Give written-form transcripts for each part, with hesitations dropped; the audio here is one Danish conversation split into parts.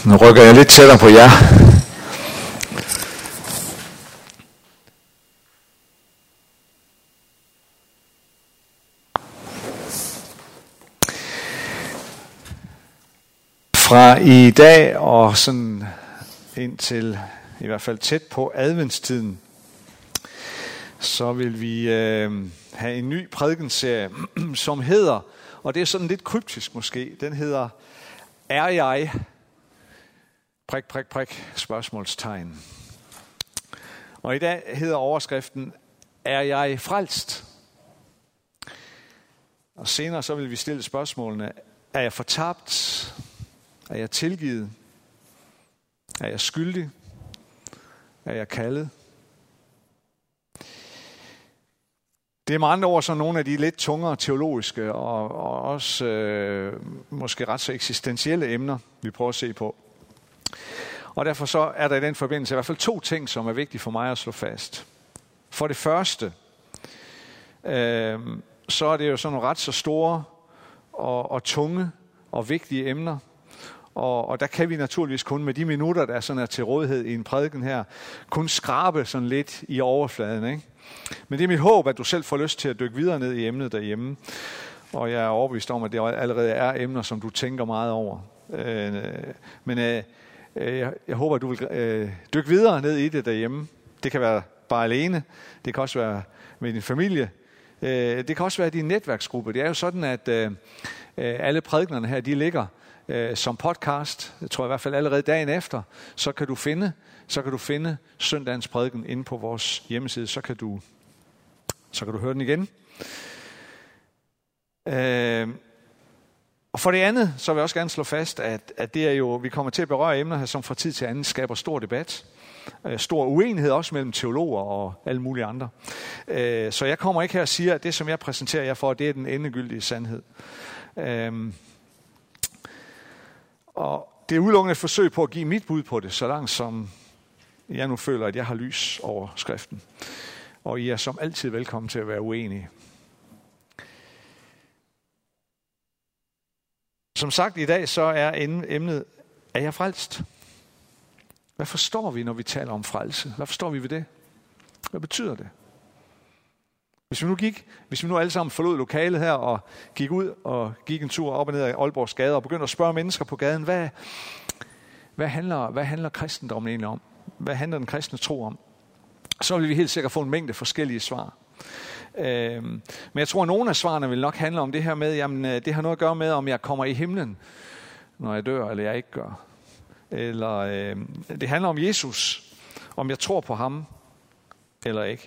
Nu rykker jeg lidt tættere på jer. Fra i dag og sådan indtil i hvert fald tæt på adventstiden, så vil vi have en ny prædikenserie, som hedder, og det er sådan lidt kryptisk måske, den hedder Er jeg? Spørgsmålstegn. Og i dag hedder overskriften Er jeg frelst? Og senere så vil vi stille spørgsmålene: Er jeg fortabt? Er jeg tilgivet? Er jeg skyldig? Er jeg kaldet? Det er med andre ord så nogle af de lidt tungere teologiske og også måske ret så eksistentielle emner, vi prøver at se på. Og derfor så er der i den forbindelse i hvert fald to ting, som er vigtige for mig at slå fast. For det første, så er det jo sådan nogle ret så store og tunge og vigtige emner. Og der kan vi naturligvis kun med de minutter, der er sådan er til rådighed i en prædiken her, kun skrabe sådan lidt i overfladen, ikke? Men det er mit håb, at du selv får lyst til at dykke videre ned i emnet derhjemme. Og jeg er overbevist om, at det allerede er emner, som du tænker meget over. Men jeg håber, at du vil dykke videre ned i det derhjemme. Det kan være bare alene. Det kan også være med din familie. Det kan også være din netværksgruppe. Det er jo sådan, at alle prædikenerne her, de ligger som podcast. Jeg tror i hvert fald allerede dagen efter. Så kan du finde søndagens prædiken inde på vores hjemmeside. Så kan du høre den igen. Og for det andet, så vil jeg også gerne slå fast, at det er jo, vi kommer til at berøre emner her, som fra tid til anden skaber stor debat. Stor uenighed også mellem teologer og alle mulige andre. Så jeg kommer ikke her og siger, at det, som jeg præsenterer jer for, det er den endegyldige sandhed. Og det er udelukkende et forsøg på at give mit bud på det, så langt som jeg nu føler, at jeg har lys over skriften. Og I er som altid velkommen til at være uenige. Som sagt i dag, så er emnet, er jeg frelst? Hvad forstår vi, når vi taler om frelse? Hvad forstår vi ved det? Hvad betyder det? Hvis vi nu alle sammen forlod lokalet her og gik ud og gik en tur op og ned ad Aalborgs gader og begyndte at spørge mennesker på gaden, hvad handler kristendommen egentlig om? Hvad handler den kristne tro om? Så vil vi helt sikkert få en mængde forskellige svar. Men jeg tror, at nogle af svarene vil nok handle om det her med, jamen det har noget at gøre med, om jeg kommer i himlen, når jeg dør, eller jeg ikke gør. Eller det handler om Jesus, om jeg tror på ham, eller ikke.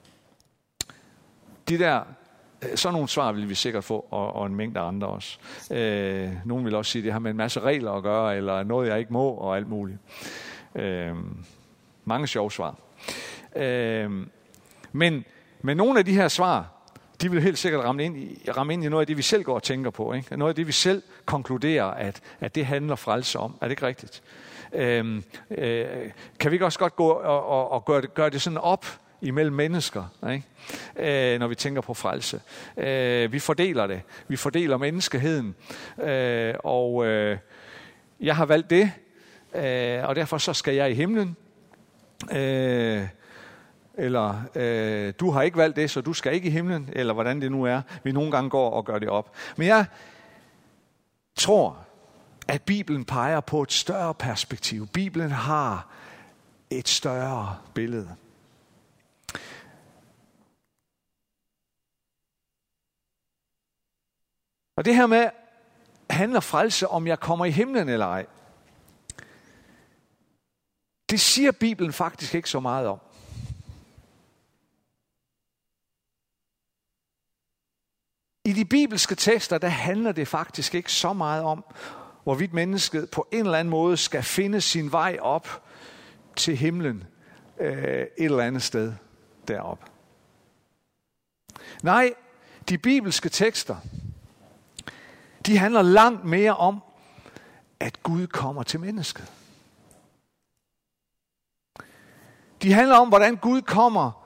Sådan nogle svar vil vi sikkert få, og en mængde andre også. Nogle vil også sige, at det har med en masse regler at gøre, eller noget, jeg ikke må, og alt muligt. Mange sjove svar. Men nogle af de her svar, de vil helt sikkert ramme ind i noget af det, vi selv går og tænker på. Ikke? Noget af det, vi selv konkluderer, at det handler frelse om. Er det ikke rigtigt? Kan vi ikke også godt gå og gøre det sådan op imellem mennesker, ikke? Når vi tænker på frelse? Vi fordeler det. Vi fordeler menneskeheden. Og jeg har valgt det, og derfor så skal jeg i himlen. Eller du har ikke valgt det, så du skal ikke i himlen, eller hvordan det nu er. Vi nogle gange går og gør det op. Men jeg tror, at Bibelen peger på et større perspektiv. Bibelen har et større billede. Og det her med, handler frelse om jeg kommer i himlen eller ej? Det siger Bibelen faktisk ikke så meget om. I de bibelske tekster, der handler det faktisk ikke så meget om, hvorvidt mennesket på en eller anden måde skal finde sin vej op til himlen et eller andet sted derop. Nej, de bibelske tekster, de handler langt mere om, at Gud kommer til mennesket. De handler om, hvordan Gud kommer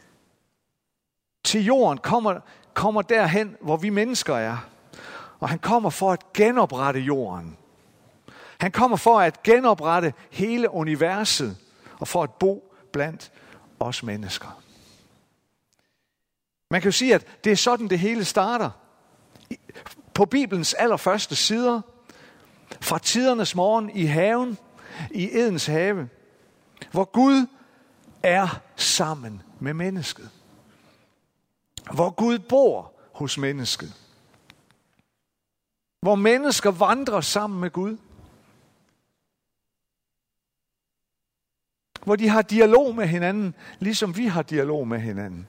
til jorden, kommer derhen, hvor vi mennesker er. Og han kommer for at genoprette jorden. Han kommer for at genoprette hele universet og for at bo blandt os mennesker. Man kan jo sige, at det er sådan, det hele starter. På Bibelens allerførste sider, fra tidernes morgen i haven, i Edens have, hvor Gud er sammen med mennesket. Hvor Gud bor hos mennesket. Hvor mennesker vandrer sammen med Gud. Hvor de har dialog med hinanden, ligesom vi har dialog med hinanden.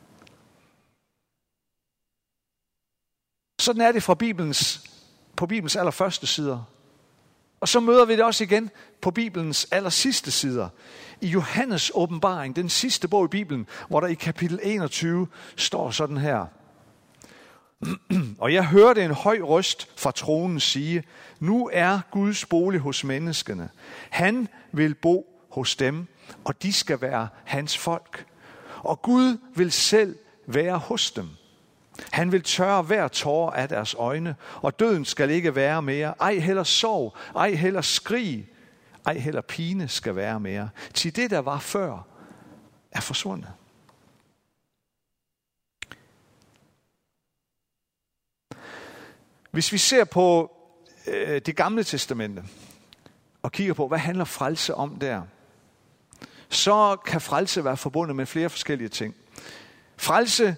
Sådan er det på Bibelens allerførste sider. Og så møder vi det også igen på Bibelens allersidste sider. I Johannes åbenbaring, den sidste bog i Bibelen, hvor der i kapitel 21 står sådan her. Og jeg hørte en høj røst fra tronen sige, nu er Guds bolig hos menneskene. Han vil bo hos dem, og de skal være hans folk. Og Gud vil selv være hos dem. Han vil tørre hver tåre af deres øjne, og døden skal ikke være mere. Ej heller sorg, ej heller skrig, ej heller pine skal være mere. Til det, der var før, er forsvundet. Hvis vi ser på det gamle testamente, og kigger på, hvad handler frelse om der, så kan frelse være forbundet med flere forskellige ting. Frelse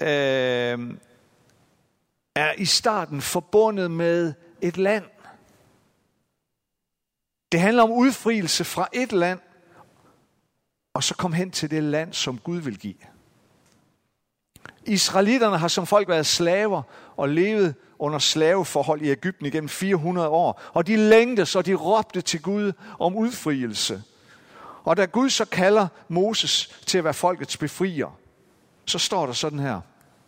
er i starten forbundet med et land. Det handler om udfrielse fra et land, og så kom hen til det land, som Gud vil give. Israelitterne har som folk været slaver og levet under slaveforhold i Egypten igennem 400 år, og de længtes, og de råbte til Gud om udfrielse. Og da Gud så kalder Moses til at være folkets befrier, så står der sådan her.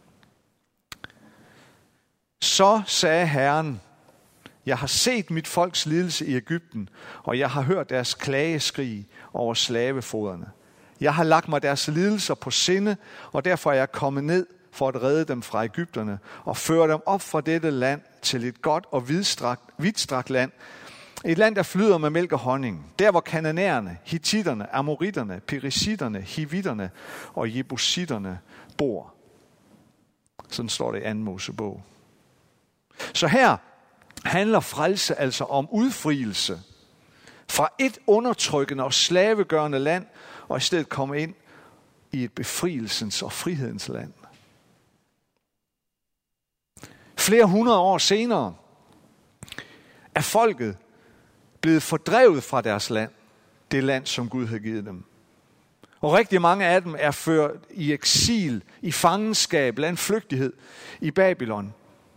Så sagde Herren, jeg har set mit folks lidelse i Egypten, og jeg har hørt deres klageskrig over slavefoderne. Jeg har lagt mig deres lidelser på sinde, og derfor er jeg kommet for at redde dem fra Egypterne og føre dem op fra dette land til et godt og vidtstrakt land. Et land, der flyder med mælk og honning. Der, hvor kananæerne, hittitterne, amoritterne, perisitterne, hivitterne og jebusitterne bor. Sådan står det i 2. Mosebog. Så her handler frelse altså om udfrielse fra et undertrykkende og slavegørende land, og i stedet komme ind i et befrielsens og frihedens land. Flere hundrede år senere er folket blevet fordrevet fra deres land, det land, som Gud havde givet dem. Og rigtig mange af dem er ført i eksil, i fangenskab, landflygtighed i Babylon.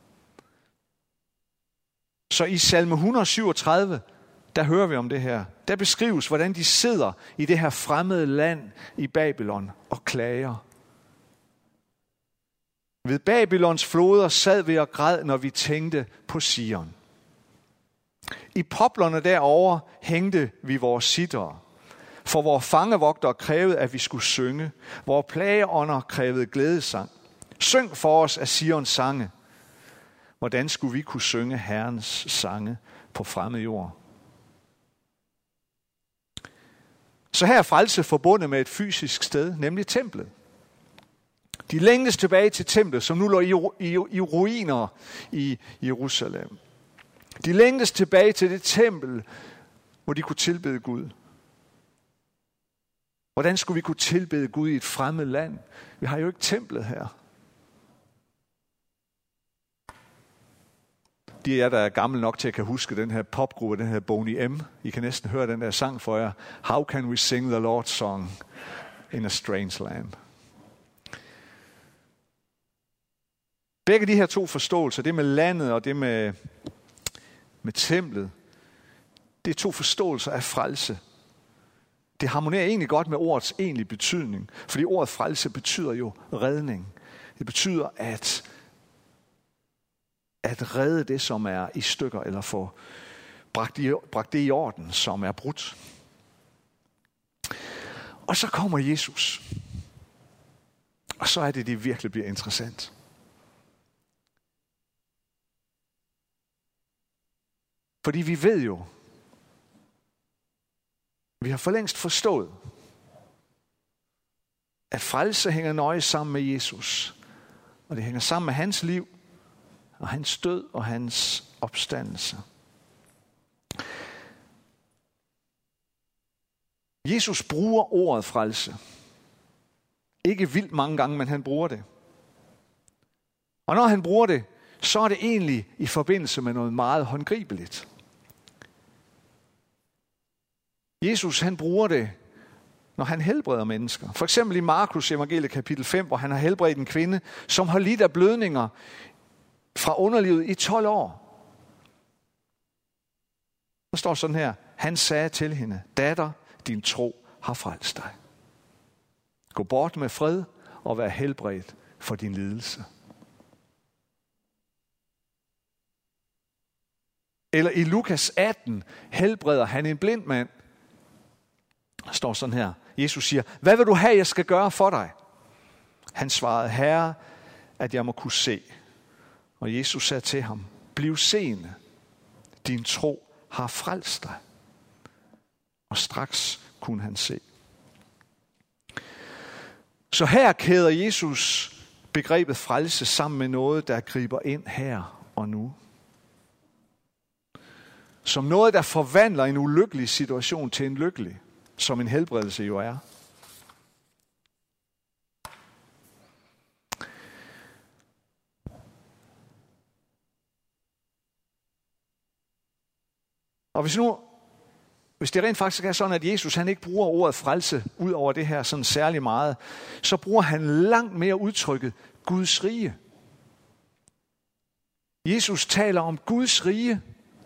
Så i salme 137, der hører vi om det her. Der beskrives, hvordan de sidder i det her fremmede land i Babylon og klager. Ved Babylons floder sad vi og græd, når vi tænkte på Sion. I poplerne derovre hængte vi vores sitere, for vores fangevogtere krævede, at vi skulle synge. Vores plageånder krævede glædesang. Syng for os af Sions sange. Hvordan skulle vi kunne synge Herrens sange på fremmed jord? Så her er frelse forbundet med et fysisk sted, nemlig templet. De længtes tilbage til templet, som nu lå i ruiner i Jerusalem. De længtes tilbage til det tempel, hvor de kunne tilbede Gud. Hvordan skulle vi kunne tilbede Gud i et fremmed land? Vi har jo ikke templet her. De af jer, der er gamle nok til at kan huske den her popgruppe, den her Boney M. I kan næsten høre den der sang for jer. How can we sing the Lord's song in a strange land? Begge de her to forståelser, det med landet og det med templet, det er to forståelser af frelse. Det harmonerer egentlig godt med ordets egentlige betydning, fordi ordet frelse betyder jo redning. Det betyder at redde det, som er i stykker, eller få bragt det i orden, som er brudt. Og så kommer Jesus. Og så er det virkelig bliver interessant. Fordi vi ved jo, Vi har for længst forstået, at frelse hænger nøje sammen med Jesus. Og det hænger sammen med hans liv, og hans død og hans opstandelse. Jesus bruger ordet frelse. Ikke vildt mange gange, men han bruger det. Og når han bruger det, så er det egentlig i forbindelse med noget meget håndgribeligt. Jesus han bruger det, når han helbreder mennesker. For eksempel i Markus evangeliet kapitel 5, hvor han har helbredt en kvinde, som har lidt af blødninger fra underlivet i 12 år. Der står sådan her: han sagde til hende: datter, din tro har frelst dig. Gå bort med fred og vær helbredt for din lidelse. Eller i Lukas 18 helbreder han en blind mand. Der står sådan her. Jesus siger: hvad vil du have, jeg skal gøre for dig? Han svarede: Herre, at jeg må kunne se. Og Jesus sagde til ham: bliv seende. Din tro har frelst dig. Og straks kunne han se. Så her kæder Jesus begrebet frelse sammen med noget, der griber ind her og nu. Som noget, der forvandler en ulykkelig situation til en lykkelig, som en helbredelse jo er. Og hvis det rent faktisk er sådan, at Jesus han ikke bruger ordet frelse ud over det her sådan særlig meget, så bruger han langt mere udtrykket Guds rige. Jesus taler om Guds rige.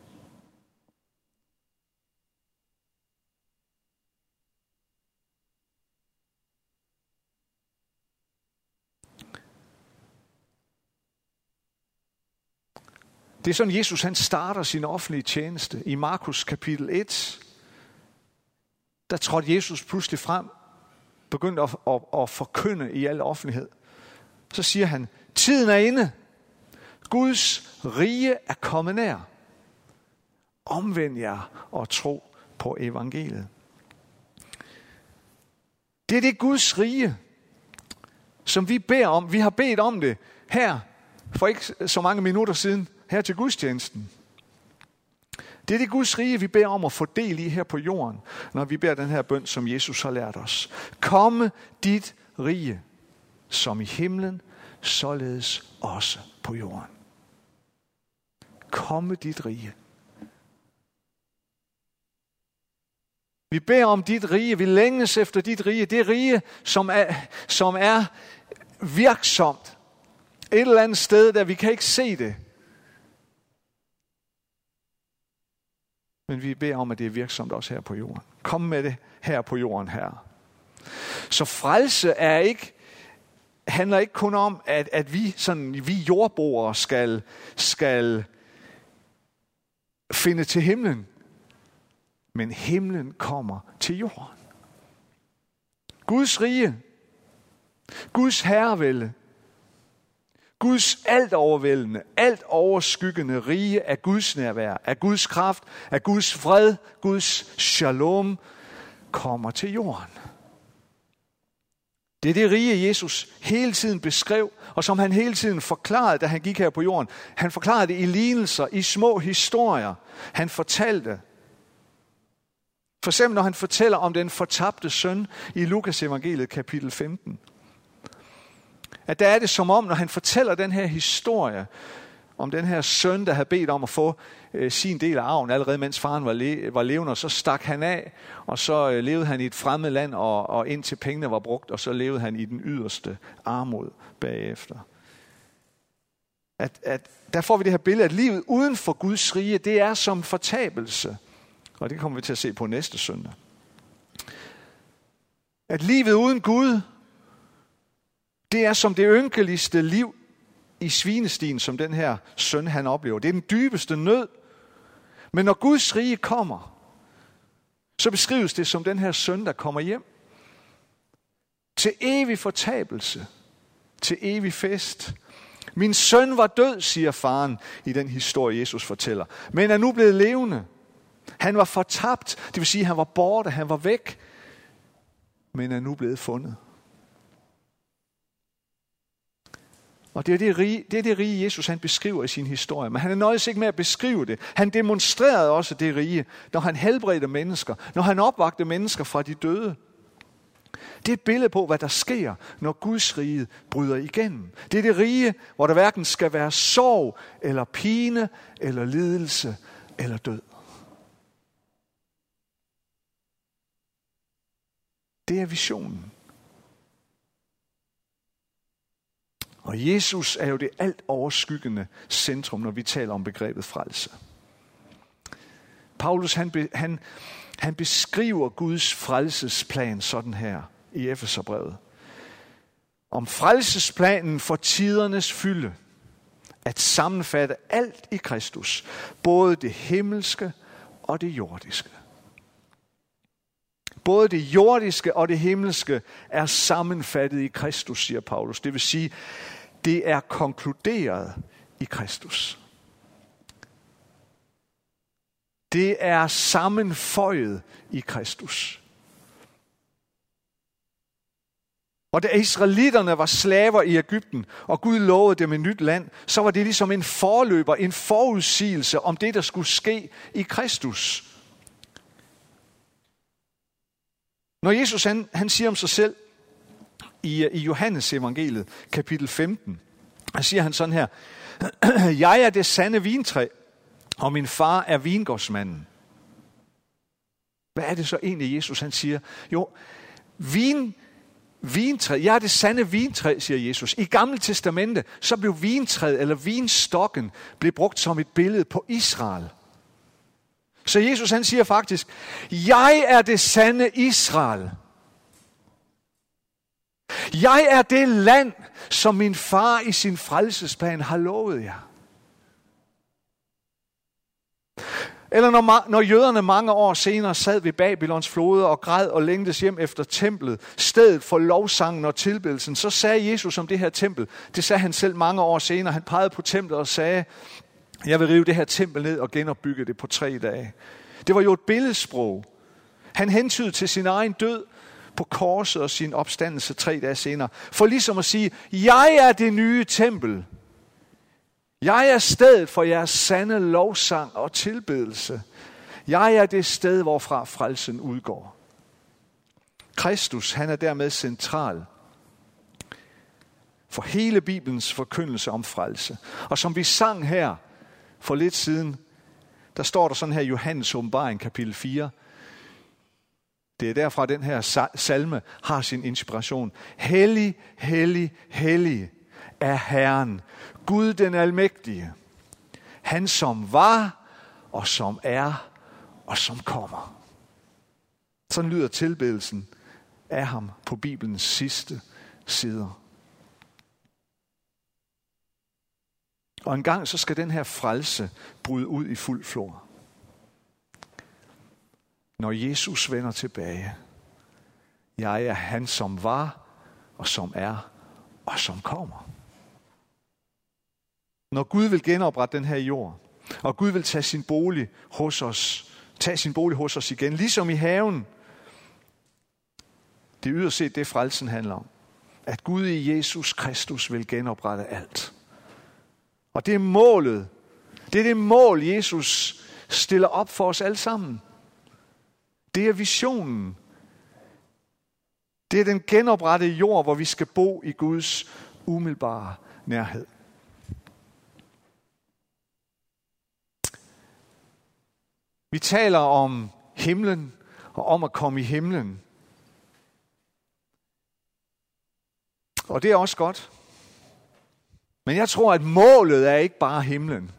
Det er sådan, Jesus han starter sin offentlige tjeneste. I Markus kapitel 1, der trådte Jesus pludselig frem, begyndte at forkynde i al offentlighed. Så siger han: tiden er inde. Guds rige er kommet nær. Omvend jer og tro på evangeliet. Det er det Guds rige, som vi beder om. Vi har bedt om det her for ikke så mange minutter siden, her til gudstjenesten. Det er det Guds rige, vi beder om at få del i her på jorden, når vi beder den her bøn, som Jesus har lært os. Komme dit rige, som i himlen, således også på jorden. Komme dit rige. Vi beder om dit rige, vi længes efter dit rige. Det rige, som er virksomt. Et eller andet sted, der vi kan ikke se det. Men vi beder om, at det er virksomt også her på jorden. Kom med det her på jorden, Herre. Så frelse handler ikke kun om, at vi jordboere skal finde til himlen. Men himlen kommer til jorden. Guds rige, Guds herrevælde, Guds alt overvældende, alt overskyggende rige af Guds nærvær, af Guds kraft, af Guds fred, Guds shalom, kommer til jorden. Det er det rige, Jesus hele tiden beskrev, og som han hele tiden forklarede, da han gik her på jorden. Han forklarede det i lignelser, i små historier. Han fortalte. For eksempel når han fortæller om den fortabte søn i Lukas evangeliet kapitel 15. At der er det som om, når han fortæller den her historie om den her søn, der havde bedt om at få sin del af arven, allerede mens faren var levende, og så stak han af, og så levede han i et fremmed land, og indtil pengene var brugt, og så levede han i den yderste armod bagefter. At der får vi det her billede, at livet uden for Guds rige, det er som fortabelse. Og det kommer vi til at se på næste søndag. At livet uden Gud, det er som det ynkeligste liv i svinestien, som den her søn han oplever. Det er den dybeste nød. Men når Guds rige kommer, så beskrives det som den her søn, der kommer hjem. Til evig fortabelse. Til evig fest. Min søn var død, siger faren i den historie, Jesus fortæller. Men er nu blevet levende. Han var fortabt, det vil sige, at han var borte, han var væk, men er nu blevet fundet. Og det er det rige, Jesus han beskriver i sin historie. Men han er nøjes ikke med at beskrive det. Han demonstrerede også det rige, når han helbredte mennesker, når han opvagte mennesker fra de døde. Det er et billede på, hvad der sker, når Guds rige bryder igennem. Det er det rige, hvor der hverken skal være sorg, eller pine, eller lidelse, eller død. Det er visionen. Og Jesus er jo det alt overskyggende centrum, når vi taler om begrebet frelse. Paulus han beskriver Guds frelsesplan sådan her i Efeserbrevet. Om frelsesplanen for tidernes fylde, at sammenfatte alt i Kristus, både det himmelske og det jordiske. Både det jordiske og det himmelske er sammenfattet i Kristus, siger Paulus. Det vil sige, det er konkluderet i Kristus. Det er sammenføjet i Kristus. Og da israelitterne var slaver i Egypten, og Gud lovede dem et nyt land, så var det ligesom en forløber, en forudsigelse om det, der skulle ske i Kristus. Når Jesus han siger om sig selv i Johannes evangeliet, kapitel 15, der siger han sådan her: Jeg er det sande vintræ, og min far er vingårdsmanden. Hvad er det så egentlig, Jesus han siger? Jo, vintræ, jeg er det sande vintræ, siger Jesus. I Gamle Testamente, så blev vintræet eller vinstokken blev brugt som et billede på Israel. Så Jesus han siger faktisk, jeg er det sande Israel. Jeg er det land, som min far i sin frelsesplan har lovet jer. Eller når jøderne mange år senere sad ved Babylons floder og græd og længtes hjem efter templet, stedet for lovsangen og tilbedelsen, så sagde Jesus om det her tempel, det sagde han selv mange år senere, han pegede på templet og sagde, jeg vil rive det her tempel ned og genopbygge det på 3 dage. Det var jo et billedsprog. Han hentydede til sin egen død på korset og sin opstandelse 3 dage senere. For ligesom at sige, jeg er det nye tempel. Jeg er stedet for jeres sande lovsang og tilbedelse. Jeg er det sted, hvorfra frelsen udgår. Kristus, han er dermed central for hele Bibelens forkyndelse om frelse. Og som vi sang her for lidt siden, der står der sådan her i Johannes åbenbaring kapitel 4. Det er derfra den her salme har sin inspiration. Hellig, hellig, hellig er Herren, Gud den almægtige. Han som var, og som er, og som kommer. Sådan lyder tilbedelsen af ham på Bibelens sidste sider. Og en gang så skal den her frelse bryde ud i fuld flor. Når Jesus vender tilbage. Jeg er han, som var, og som er, og som kommer. Når Gud vil genoprette den her jord, og Gud vil tage sin bolig hos os, igen, ligesom i haven. Det er yderst set det, frelsen handler om. At Gud i Jesus Kristus vil genoprette alt. Og det er målet. Det er det mål, Jesus stiller op for os alle sammen. Det er visionen. Det er den genoprettede jord, hvor vi skal bo i Guds umiddelbare nærhed. Vi taler om himlen og om at komme i himlen. Og det er også godt. Men jeg tror, at målet er ikke bare himlen.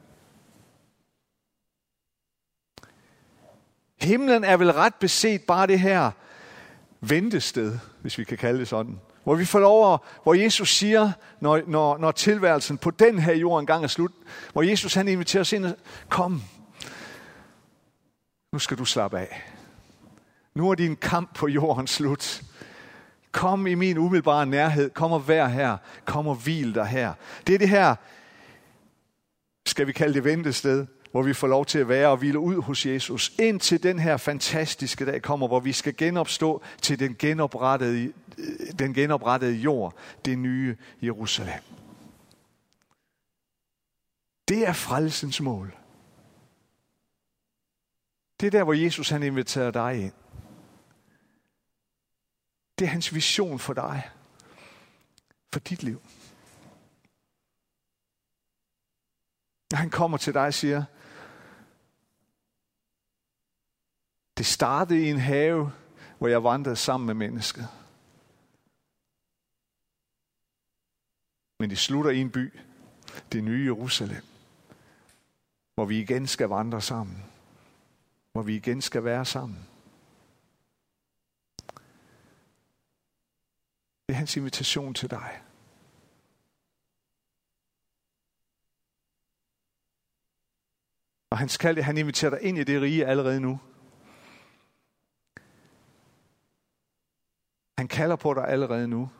Himlen er vel ret beset bare det her ventested, hvis vi kan kalde det sådan. Hvor vi får lov at, hvor Jesus siger, når tilværelsen på den her jord engang er slut, hvor Jesus han inviterer os ind og kom, nu skal du slappe af. Nu er din kamp på jorden slut. Kom i min umiddelbare nærhed. Kom og vær her. Kom og hvil dig her. Det er det her, skal vi kalde det ventested, hvor vi får lov til at være og hvile ud hos Jesus, indtil den her fantastiske dag kommer, hvor vi skal genopstå til den genoprettede jord, det nye Jerusalem. Det er frelsens mål. Det er der, hvor Jesus han inviterer dig ind. Det er hans vision for dig, for dit liv. Når han kommer til dig og siger, det startede i en have, hvor jeg vandrede sammen med mennesker. Men det slutter i en by, det nye Jerusalem, hvor vi igen skal vandre sammen. Hvor vi igen skal være sammen. Det er hans invitation til dig. Og han inviterer dig ind i det rige allerede nu. Han kalder på dig allerede nu.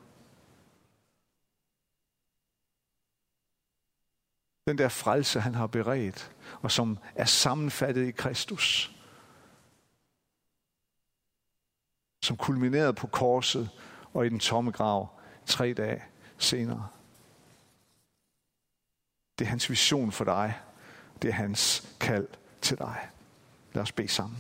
Den der frelse, han har beredt, og som er sammenfattet i Kristus. Som kulminerede på korset og i den tomme grav 3 dage senere. Det er hans vision for dig. Det er hans kald til dig. Lad os bede sammen.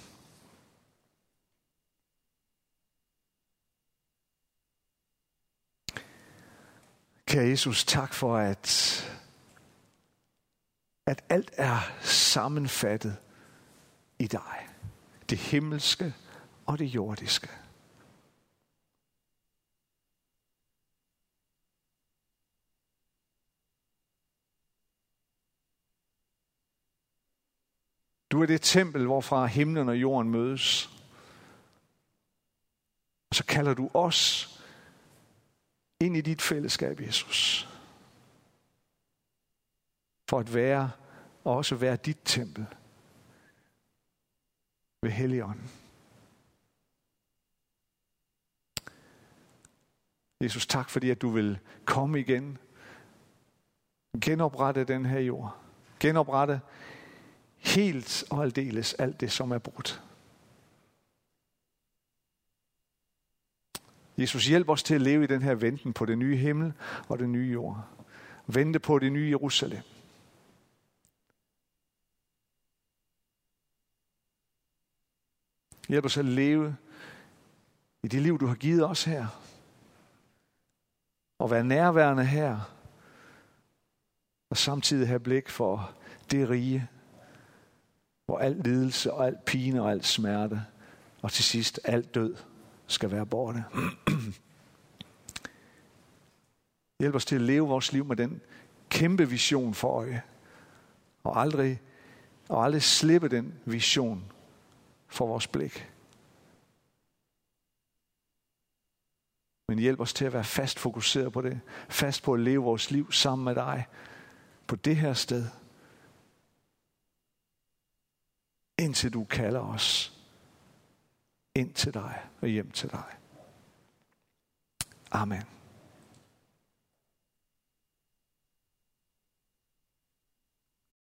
Kære Jesus, tak for, at alt er sammenfattet i dig. Det himmelske og det jordiske. Du er det tempel, hvorfra himlen og jorden mødes. Og så kalder du os ind i dit fællesskab, Jesus. For at være, og også være dit tempel ved Helligånden. Jesus, tak fordi at du vil komme igen. Genoprette den her jord. Genoprette helt og aldeles alt det, som er brudt. Jesus, hjælp os til at leve i den her venten på det nye himmel og det nye jord. Vente på det nye Jerusalem. Hjælp os at leve i det liv, du har givet os her. Og være nærværende her. Og samtidig have blik for det rige, hvor al lidelse og al pine og al smerte, og til sidst al død, skal være borte. Hjælp os til at leve vores liv med den kæmpe vision for øje. Og aldrig slippe den vision for vores blik. Men hjælp os til at være fast fokuseret på det. Fast på at leve vores liv sammen med dig. På det her sted. Indtil du kalder os ind til dig og hjem til dig. Amen.